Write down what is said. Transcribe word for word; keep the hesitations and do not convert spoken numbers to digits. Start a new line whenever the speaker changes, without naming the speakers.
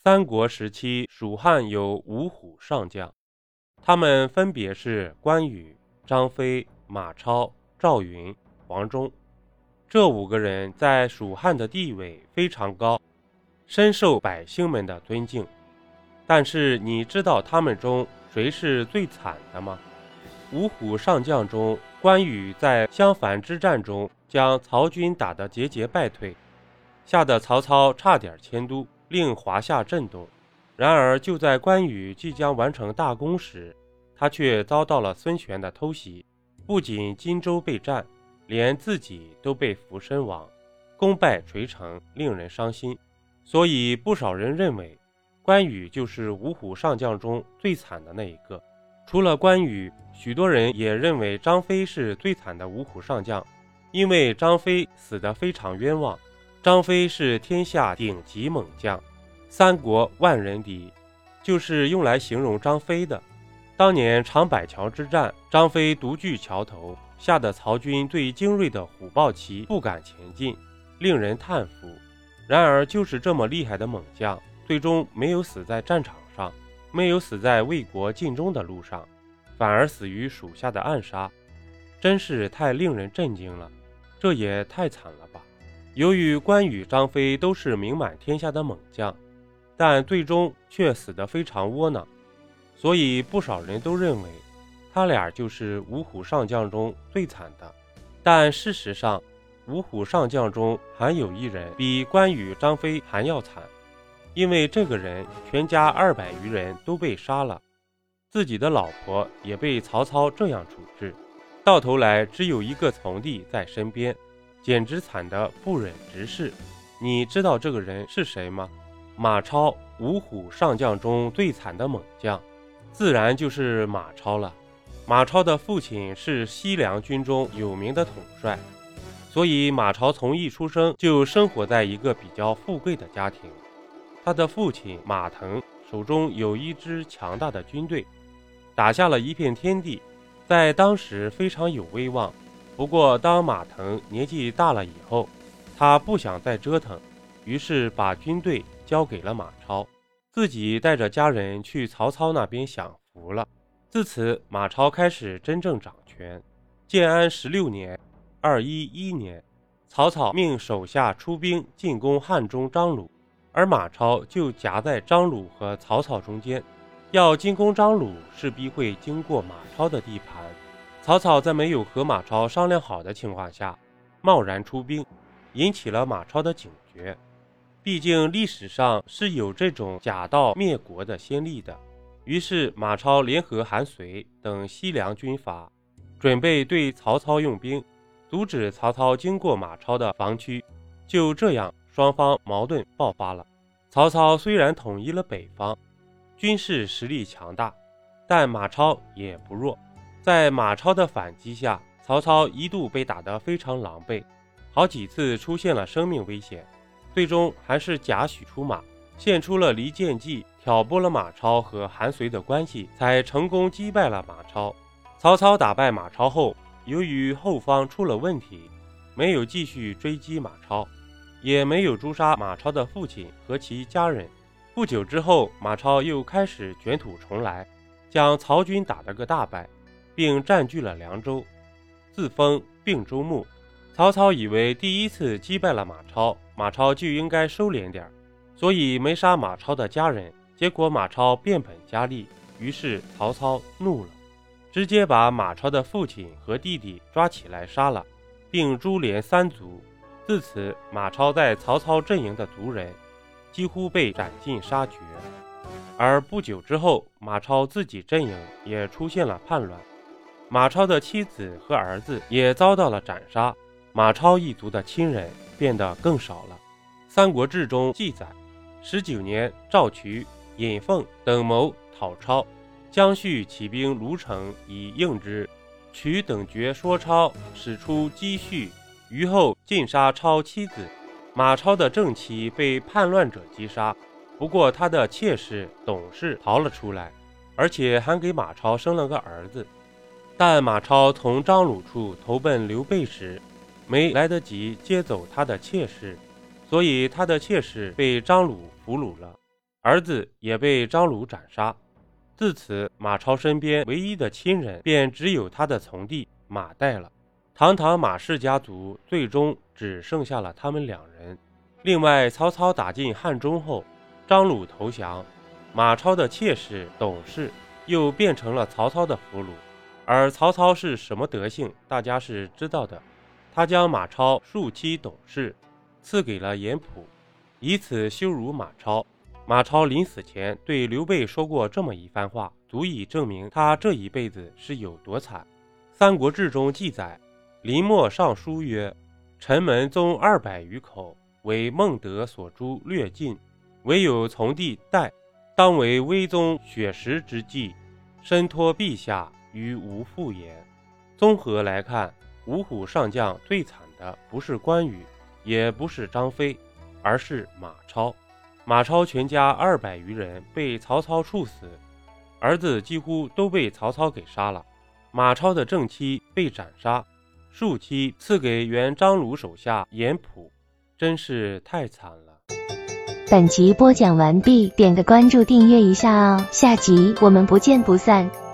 三国时期，蜀汉有五虎上将，他们分别是关羽、张飞、马超、赵云、黄忠。这五个人在蜀汉的地位非常高，深受百姓们的尊敬。但是你知道他们中谁是最惨的吗？五虎上将中，关羽在襄樊之战中将曹军打得节节败退，吓得曹操差点迁都，令华夏震动。然而就在关羽即将完成大功时，他却遭到了孙权的偷袭，不仅荆州被占，连自己都被俘身亡，功败垂成，令人伤心。所以不少人认为关羽就是五虎上将中最惨的那一个。除了关羽，许多人也认为张飞是最惨的五虎上将，因为张飞死得非常冤枉。张飞是天下顶级猛将，三国万人敌，就是用来形容张飞的。当年长柏桥之战，张飞独据桥头，吓得曹军对精锐的虎豹骑不敢前进，令人叹服。然而就是这么厉害的猛将，最终没有死在战场上，没有死在为国尽忠的路上，反而死于属下的暗杀，真是太令人震惊了，这也太惨了吧。由于关羽、张飞都是名满天下的猛将，但最终却死得非常窝囊，所以不少人都认为他俩就是五虎上将中最惨的。但事实上，五虎上将中还有一人比关羽、张飞还要惨，因为这个人全家二百余人都被杀了，自己的老婆也被曹操这样处置，到头来只有一个从弟在身边，简直惨得不忍直视。你知道这个人是谁吗？马超，五虎上将中最惨的猛将，自然就是马超了。马超的父亲是西凉军中有名的统帅，所以马超从一出生就生活在一个比较富贵的家庭。他的父亲马腾手中有一支强大的军队，打下了一片天地，在当时非常有威望。不过当马腾年纪大了以后，他不想再折腾，于是把军队交给了马超，自己带着家人去曹操那边享福了。自此马超开始真正掌权。建安十六年二一一年，曹操命手下出兵进攻汉中张鲁，而马超就夹在张鲁和曹操中间，要进攻张鲁势必会经过马超的地盘。曹操在没有和马超商量好的情况下贸然出兵，引起了马超的警觉。毕竟历史上是有这种假道灭国的先例的。于是马超联合韩遂等西凉军阀，准备对曹操用兵，阻止曹操经过马超的防区。就这样双方矛盾爆发了。曹操虽然统一了北方，军事实力强大，但马超也不弱。在马超的反击下，曹操一度被打得非常狼狈，好几次出现了生命危险。最终还是贾诩出马，献出了离间计，挑拨了马超和韩遂的关系，才成功击败了马超。曹操打败马超后，由于后方出了问题，没有继续追击马超，也没有诛杀马超的父亲和其家人。不久之后，马超又开始卷土重来，将曹军打了个大败，并占据了凉州，自封并州牧。曹操以为第一次击败了马超，马超就应该收敛点，所以没杀马超的家人。结果马超变本加厉，于是曹操怒了，直接把马超的父亲和弟弟抓起来杀了，并株连三族。自此马超在曹操阵营的族人几乎被斩尽杀绝。而不久之后，马超自己阵营也出现了叛乱，马超的妻子和儿子也遭到了斩杀，马超一族的亲人变得更少了。三国志中记载，十九年，赵渠、尹奉等谋讨超，姜绪起兵卢城以应之。渠等觉说超，使出积蓄，于后尽杀超妻子。马超的正妻被叛乱者击杀，不过他的妾室董氏逃了出来，而且还给马超生了个儿子。但马超从张鲁处投奔刘备时，没来得及接走他的妾室，所以他的妾室被张鲁俘虏了。 儿子也被张鲁斩杀。自此，马超身边唯一的亲人便只有他的从弟马岱了。堂堂马氏家族最终只剩下了他们两人。另外，曹操打进汉中后，张鲁投降，马超的妾室董氏又变成了曹操的俘虏。而曹操是什么德性，大家是知道的。他将马超庶妻董氏赐给了严普，以此羞辱马超。马超临死前对刘备说过这么一番话，足以证明他这一辈子是有多惨。三国志中记载，林默上书曰：臣门宗二百余口，为孟德所诛略尽，唯有从弟岱，当为威宗雪石之计，身托陛下，于无复言。综合来看，五虎上将最惨的不是关羽，也不是张飞，而是马超。马超全家二百余人被曹操处死，儿子几乎都被曹操给杀了。马超的正妻被斩杀，庶妻赐给原张鲁手下严普，真是太惨了。
本集播讲完毕，点个关注订阅一下哦，下集我们不见不散。